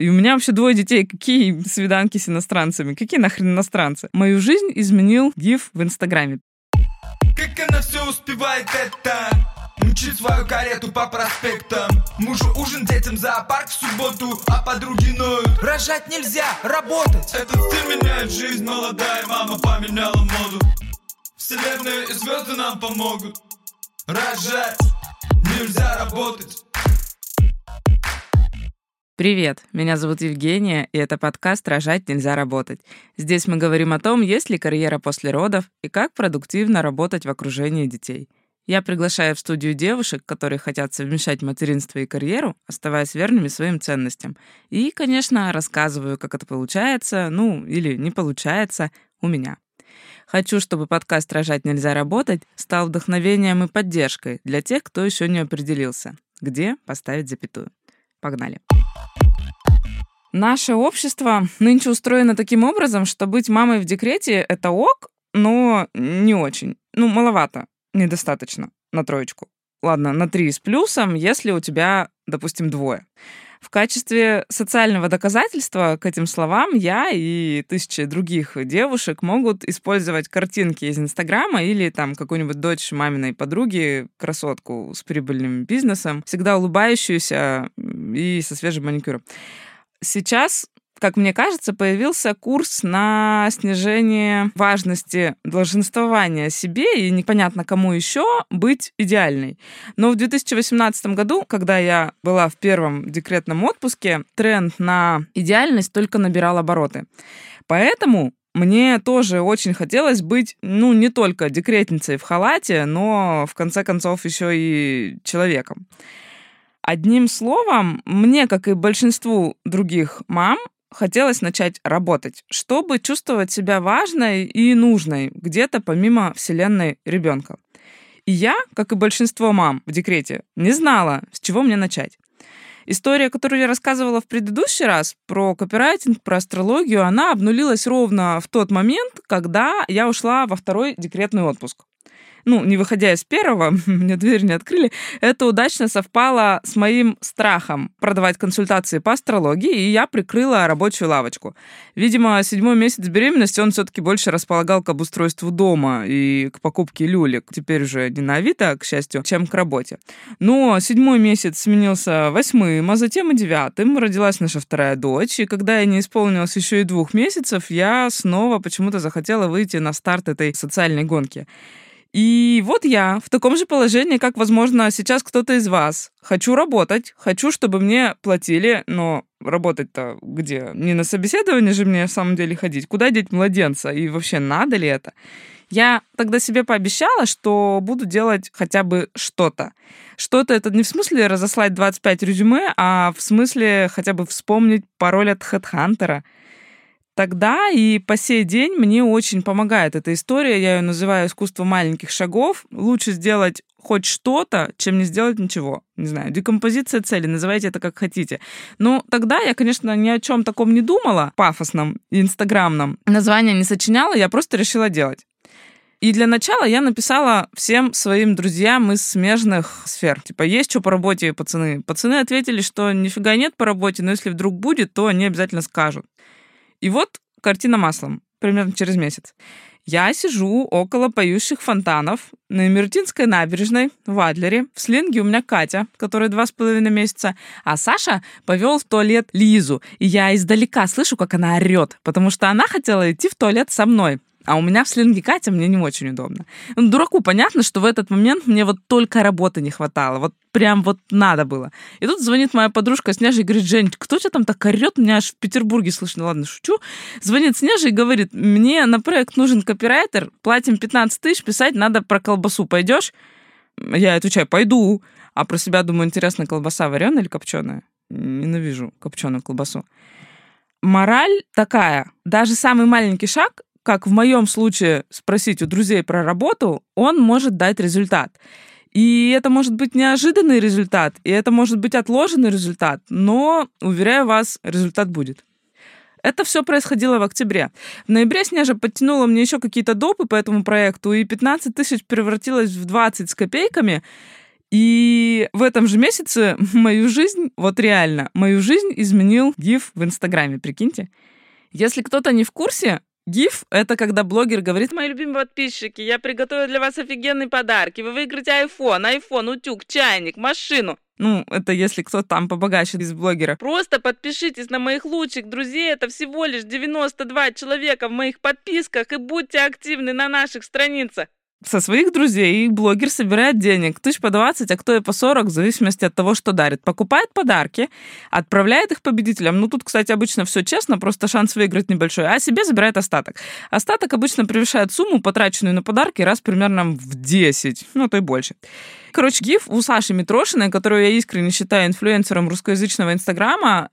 И у меня вообще 2 детей. Какие свиданки с иностранцами? Какие нахрен иностранцы? Мою жизнь изменил гиф в Инстаграме. Как она все успевает это? Мчит свою карету по проспектам. Мужу ужин, детям зоопарк в субботу, а подруги ноют. Рожать нельзя, работать. Этот стиль меняет жизнь, молодая мама поменяла моду. Вселенная и звезды нам помогут. Рожать нельзя, работать. Привет, меня зовут Евгения, и это подкаст «Рожать нельзя, работать». Здесь мы говорим о том, есть ли карьера после родов и как продуктивно работать в окружении детей. Я приглашаю в студию девушек, которые хотят совмещать материнство и карьеру, оставаясь верными своим ценностям. И, конечно, рассказываю, как это получается, или не получается у меня. Хочу, чтобы подкаст «Рожать нельзя, работать» стал вдохновением и поддержкой для тех, кто еще не определился, где поставить запятую. Погнали. Наше общество нынче устроено таким образом, что быть мамой в декрете — это ок, но не очень. Маловато, недостаточно на 3. Ладно, на 3 с плюсом, если у тебя, допустим, 2. В качестве социального доказательства к этим словам я и тысячи других девушек могут использовать картинки из Инстаграма или там какую-нибудь дочь маминой подруги, красотку с прибыльным бизнесом, всегда улыбающуюся и со свежим маникюром. Сейчас, как мне кажется, появился курс на снижение важности долженствования себе и непонятно кому еще быть идеальной. Но в 2018 году, когда я была в первом декретном отпуске, тренд на идеальность только набирал обороты. Поэтому мне тоже очень хотелось быть, не только декретницей в халате, но, в конце концов, еще и человеком. Одним словом, мне, как и большинству других мам, хотелось начать работать, чтобы чувствовать себя важной и нужной где-то помимо вселенной ребенка. И я, как и большинство мам в декрете, не знала, с чего мне начать. История, которую я рассказывала в предыдущий раз про копирайтинг, про астрологию, она обнулилась ровно в тот момент, когда я ушла во 2 декретный отпуск. Не выходя из 1, мне дверь не открыли, это удачно совпало с моим страхом продавать консультации по астрологии, и я прикрыла рабочую лавочку. Видимо, 7 месяц беременности он все-таки больше располагал к обустройству дома и к покупке люлек, теперь уже не на Авито, к счастью, чем к работе. Но 7 месяц сменился 8, а затем и 9. Родилась наша 2 дочь, и когда я не исполнилось еще и 2 месяцев, я снова почему-то захотела выйти на старт этой социальной гонки. И вот я в таком же положении, как, возможно, сейчас кто-то из вас. Хочу работать, хочу, чтобы мне платили, но работать-то где? Не на собеседование же мне в самом деле ходить. Куда деть младенца? И вообще, надо ли это? Я тогда себе пообещала, что буду делать хотя бы что-то. Что-то это не в смысле разослать 25 резюме, а в смысле хотя бы вспомнить пароль от HeadHunter. Тогда и по сей день мне очень помогает эта история. Я ее называю «Искусство маленьких шагов». Лучше сделать хоть что-то, чем не сделать ничего. Не знаю, декомпозиция цели, называйте это как хотите. Но тогда я, конечно, ни о чем таком не думала, пафосном и инстаграмном. Название не сочиняла, я просто решила делать. И для начала я написала всем своим друзьям из смежных сфер. Есть что по работе, пацаны? Пацаны ответили, что нифига нет по работе, но если вдруг будет, то они обязательно скажут. И вот картина маслом, примерно через месяц. Я сижу около поющих фонтанов на Эмиртинской набережной в Адлере. В слинге у меня Катя, которая 2,5 месяца, а Саша повел в туалет Лизу. И я издалека слышу, как она орет, потому что она хотела идти в туалет со мной. А у меня в слинге Катя, мне не очень удобно. Дураку понятно, что в этот момент мне только работы не хватало. Прям надо было. И тут звонит моя подружка Снежа и говорит: «Жень, кто тебя там так орёт? Меня аж в Петербурге слышно». Ладно, шучу. Звонит Снежа и говорит: «Мне на проект нужен копирайтер, платим 15 000, писать надо про колбасу. Пойдешь?» Я отвечаю: «Пойду». А про себя думаю: интересно, колбаса вареная или копченая? Ненавижу копченую колбасу. Мораль такая. Даже самый маленький шаг, как в моем случае спросить у друзей про работу, он может дать результат. И это может быть неожиданный результат, и это может быть отложенный результат, но, уверяю вас, результат будет. Это все происходило в октябре. В ноябре Снежа подтянула мне еще какие-то допы по этому проекту, и 15 000 превратилось в 20 с копейками. И в этом же месяце мою жизнь, вот реально, мою жизнь изменил гиф в Инстаграме, прикиньте. Если кто-то не в курсе, гиф — это когда блогер говорит: «Мои любимые подписчики, я приготовила для вас офигенные подарки. Вы выиграете iPhone, утюг, чайник, машину». Ну, это если кто-то там побогаче из блогера. «Просто подпишитесь на моих лучших друзей. Это всего лишь 92 человека в моих подписках. И будьте активны на наших страницах». Со своих друзей блогер собирает денег, тысяч по 20, а кто и по 40, в зависимости от того, что дарит. Покупает подарки, отправляет их победителям. Ну, тут, кстати, обычно все честно, просто шанс выиграть небольшой, а себе забирает остаток. Остаток обычно превышает сумму, потраченную на подарки, раз примерно в 10, ну, то и больше. Короче, гиф у Саши Митрошиной, которую я искренне считаю инфлюенсером русскоязычного Инстаграма,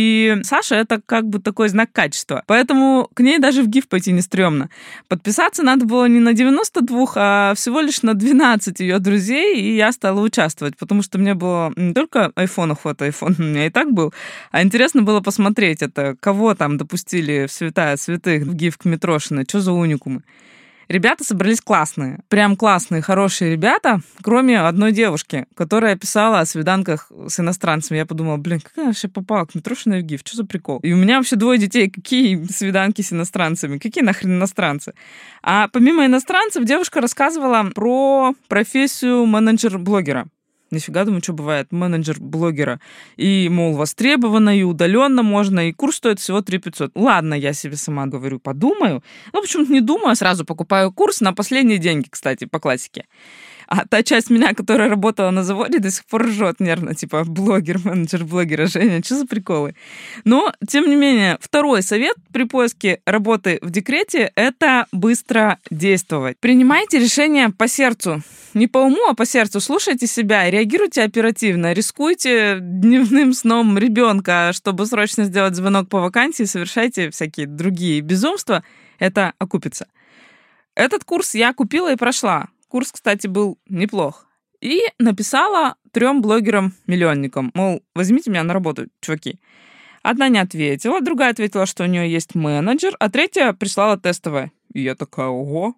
и Саша — это как бы такой знак качества. Поэтому к ней даже в гиф пойти не стрёмно. Подписаться надо было не на 92, а всего лишь на 12 ее друзей, и я стала участвовать, потому что мне было не только айфона, айфон у меня и так был, а интересно было посмотреть это, кого там допустили в святая святых в гиф к Митрошиной, что за уникумы. Ребята собрались классные, прям классные, хорошие ребята, кроме одной девушки, которая писала о свиданках с иностранцами. Я подумала, как я вообще попала к Митрошиной в гиф, что за прикол? И у меня вообще 2 детей, какие свиданки с иностранцами, какие нахрен иностранцы? А помимо иностранцев девушка рассказывала про профессию менеджер-блогера. Нифига, думаю, что бывает менеджер блогера. И, мол, востребовано, и удаленно можно, и курс стоит всего 3500. Ладно, я себе сама говорю, подумаю. Ну, почему-то не думаю, а сразу покупаю курс на последние деньги, кстати, по классике. А та часть меня, которая работала на заводе, до сих пор ржет нервно, типа блогер, менеджер блогера, Женя, что за приколы? Но, тем не менее, второй совет при поиске работы в декрете — это быстро действовать. Принимайте решения по сердцу. Не по уму, а по сердцу. Слушайте себя, реагируйте оперативно, рискуйте дневным сном ребенка, чтобы срочно сделать звонок по вакансии, совершайте всякие другие безумства. Это окупится. Этот курс я купила и прошла. Курс, кстати, был неплох. И написала 3 блогерам-миллионникам, мол, возьмите меня на работу, чуваки. Одна не ответила, другая ответила, что у нее есть менеджер, а третья прислала тестовое. И я такая, ого,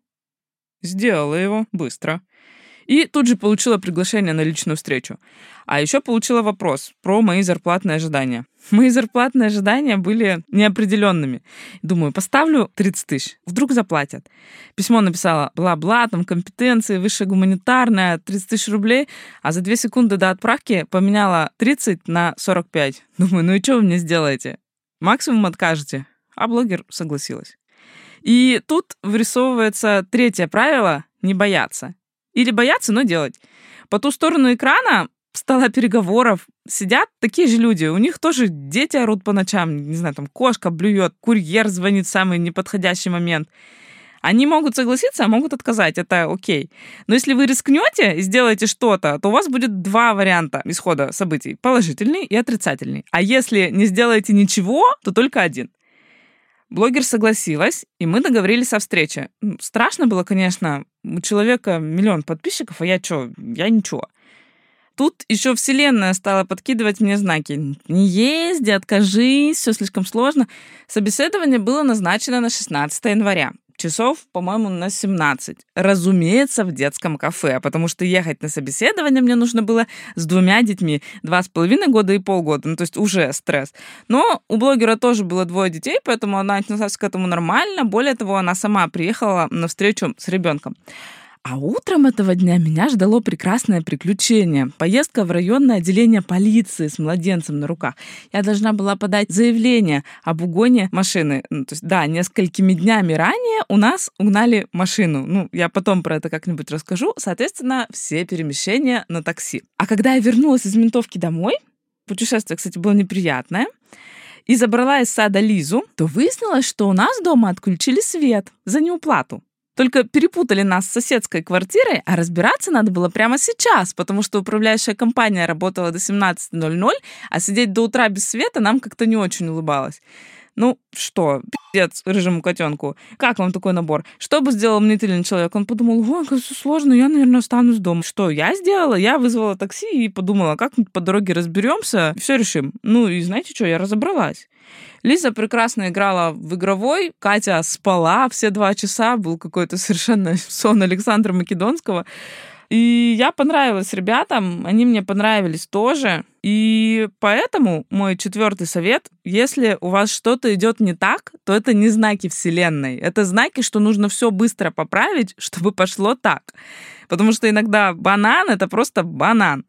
сделала его быстро. И тут же получила приглашение на личную встречу. А еще получила вопрос про мои зарплатные ожидания. Мои зарплатные ожидания были неопределенными. Думаю, поставлю 30 тысяч, вдруг заплатят. Письмо написала бла-бла, там компетенции, высшая гуманитарная, 30 тысяч рублей, а за 2 секунды до отправки поменяла 30 на 45. Думаю, ну и что вы мне сделаете? Максимум откажете. А блогер согласилась. И тут вырисовывается 3 правило — не бояться. Или бояться, но делать. По ту сторону экрана стола переговоров сидят такие же люди. У них тоже дети орут по ночам, не знаю, там кошка блюет, курьер звонит в самый неподходящий момент. Они могут согласиться, а могут отказать, это окей. Но если вы рискнете и сделаете что-то, то у вас будет 2 варианта исхода событий. Положительный и отрицательный. А если не сделаете ничего, то только 1. Блогер согласилась, и мы договорились о встрече. Страшно было, конечно, у человека 1 миллион подписчиков, а я что? Я ничего. Тут еще вселенная стала подкидывать мне знаки. Не езди, откажись, все слишком сложно. Собеседование было назначено на 16 января. Часов, по-моему, на 17. Разумеется, в детском кафе, потому что ехать на собеседование мне нужно было с 2 детьми, 2,5 года и полгода, ну, то есть уже стресс. Но у блогера тоже было 2 детей, поэтому она отнеслась к этому нормально. Более того, она сама приехала на встречу с ребенком. А утром этого дня меня ждало прекрасное приключение. Поездка в районное отделение полиции с младенцем на руках. Я должна была подать заявление об угоне машины. То есть, да, несколькими днями ранее у нас угнали машину. Я потом про это как-нибудь расскажу. Соответственно, все перемещения на такси. А когда я вернулась из ментовки домой, путешествие, кстати, было неприятное, и забрала из сада Лизу, то выяснилось, что у нас дома отключили свет за неуплату. Только перепутали нас с соседской квартирой, а разбираться надо было прямо сейчас, потому что управляющая компания работала до 17:00, а сидеть до утра без света нам как-то не очень улыбалось. Что, пиздец рыжему котенку, как вам такой набор? Что бы сделал мнительный человек? Он подумал, как все сложно, я, наверное, останусь дома. Что я сделала? Я вызвала такси и подумала, как-нибудь по дороге разберемся, все решим. И знаете что, я разобралась. Лиза прекрасно играла в игровой, Катя спала все 2 часа, был какой-то совершенно сон Александра Македонского. И я понравилась ребятам, они мне понравились тоже. И поэтому мой 4-й совет: если у вас что-то идет не так, то это не знаки Вселенной. Это знаки, что нужно все быстро поправить, чтобы пошло так. Потому что иногда банан — это просто банан.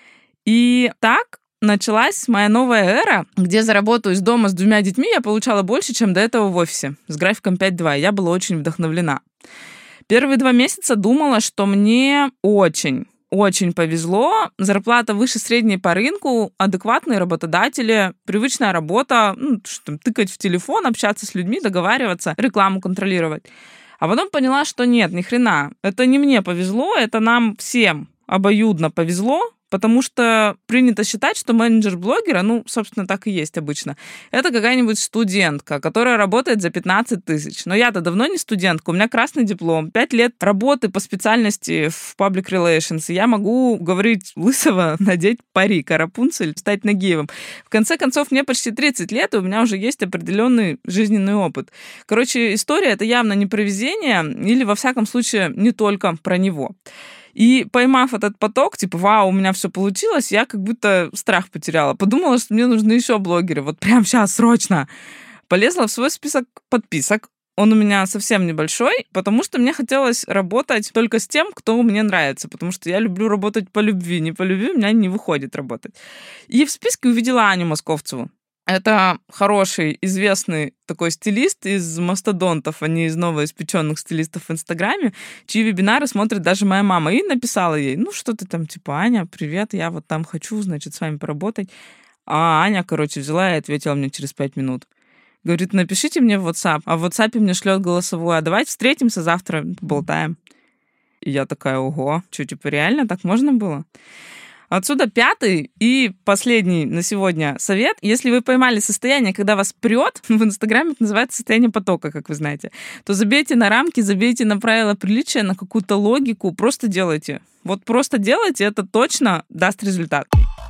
И так началась моя новая эра, где за работу из дома с 2 детьми я получала больше, чем до этого в офисе, с графиком 5-2. Я была очень вдохновлена. Первые 2 месяца думала, что мне очень повезло. Зарплата выше средней по рынку, адекватные работодатели, привычная работа, тыкать в телефон, общаться с людьми, договариваться, рекламу контролировать. А потом поняла, что нет, ни хрена. Это не мне повезло, это нам всем обоюдно повезло, потому что принято считать, что менеджер блогера, собственно, так и есть обычно, это какая-нибудь студентка, которая работает за 15 тысяч. Но я-то давно не студентка, у меня красный диплом, 5 лет работы по специальности в public relations, и я могу говорить лысого, надеть парик, а Рапунцель стать Нагиевым. В конце концов, мне почти 30 лет, и у меня уже есть определенный жизненный опыт. Короче, история — это явно не про везение, или, во всяком случае, не только про него. И поймав этот поток, вау, у меня все получилось, я как будто страх потеряла. Подумала, что мне нужны еще блогеры, вот прямо сейчас, срочно. Полезла в свой список подписок. Он у меня совсем небольшой, потому что мне хотелось работать только с тем, кто мне нравится, потому что я люблю работать по любви. Не по любви у меня не выходит работать. И в списке увидела Аню Московцеву. Это хороший, известный такой стилист из мастодонтов, а не из новоиспеченных стилистов в Инстаграме, чьи вебинары смотрит даже моя мама. И написала ей, что-то там, Аня, привет, я вот там хочу, с вами поработать. А Аня, взяла и ответила мне через 5 минут. Говорит, напишите мне в WhatsApp. А в WhatsApp мне шлет голосовое. А давайте встретимся завтра, поболтаем. И я такая, ого, реально так можно было? Отсюда 5-й и последний на сегодня совет. Если вы поймали состояние, когда вас прет, в Инстаграме это называется состояние потока, как вы знаете, то забейте на рамки, забейте на правила приличия, на какую-то логику, просто делайте. Вот просто делайте, это точно даст результат.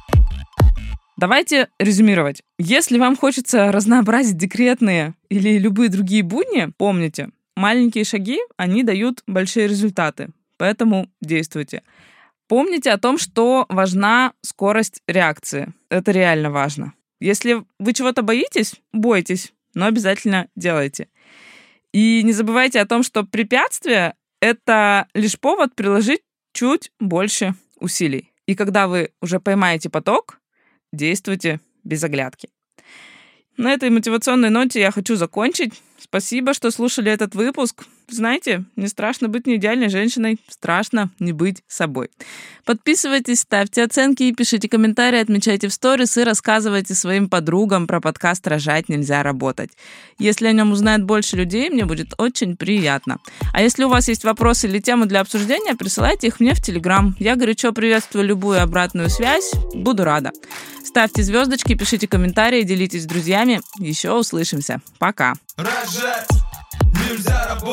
Давайте резюмировать. Если вам хочется разнообразить декретные или любые другие будни, помните, маленькие шаги, они дают большие результаты, поэтому действуйте. Помните о том, что важна скорость реакции. Это реально важно. Если вы чего-то боитесь, бойтесь, но обязательно делайте. И не забывайте о том, что препятствие — это лишь повод приложить чуть больше усилий. И когда вы уже поймаете поток, действуйте без оглядки. На этой мотивационной ноте я хочу закончить. Спасибо, что слушали этот выпуск. Знаете, не страшно быть не идеальной женщиной, страшно не быть собой. Подписывайтесь, ставьте оценки, пишите комментарии, отмечайте в сторис и рассказывайте своим подругам про подкаст «Рожать нельзя работать». Если о нем узнает больше людей, мне будет очень приятно. А если у вас есть вопросы или темы для обсуждения, присылайте их мне в Телеграм. Я горячо приветствую любую обратную связь, буду рада. Ставьте звездочки, пишите комментарии, делитесь с друзьями. Еще услышимся. Пока. Рожать!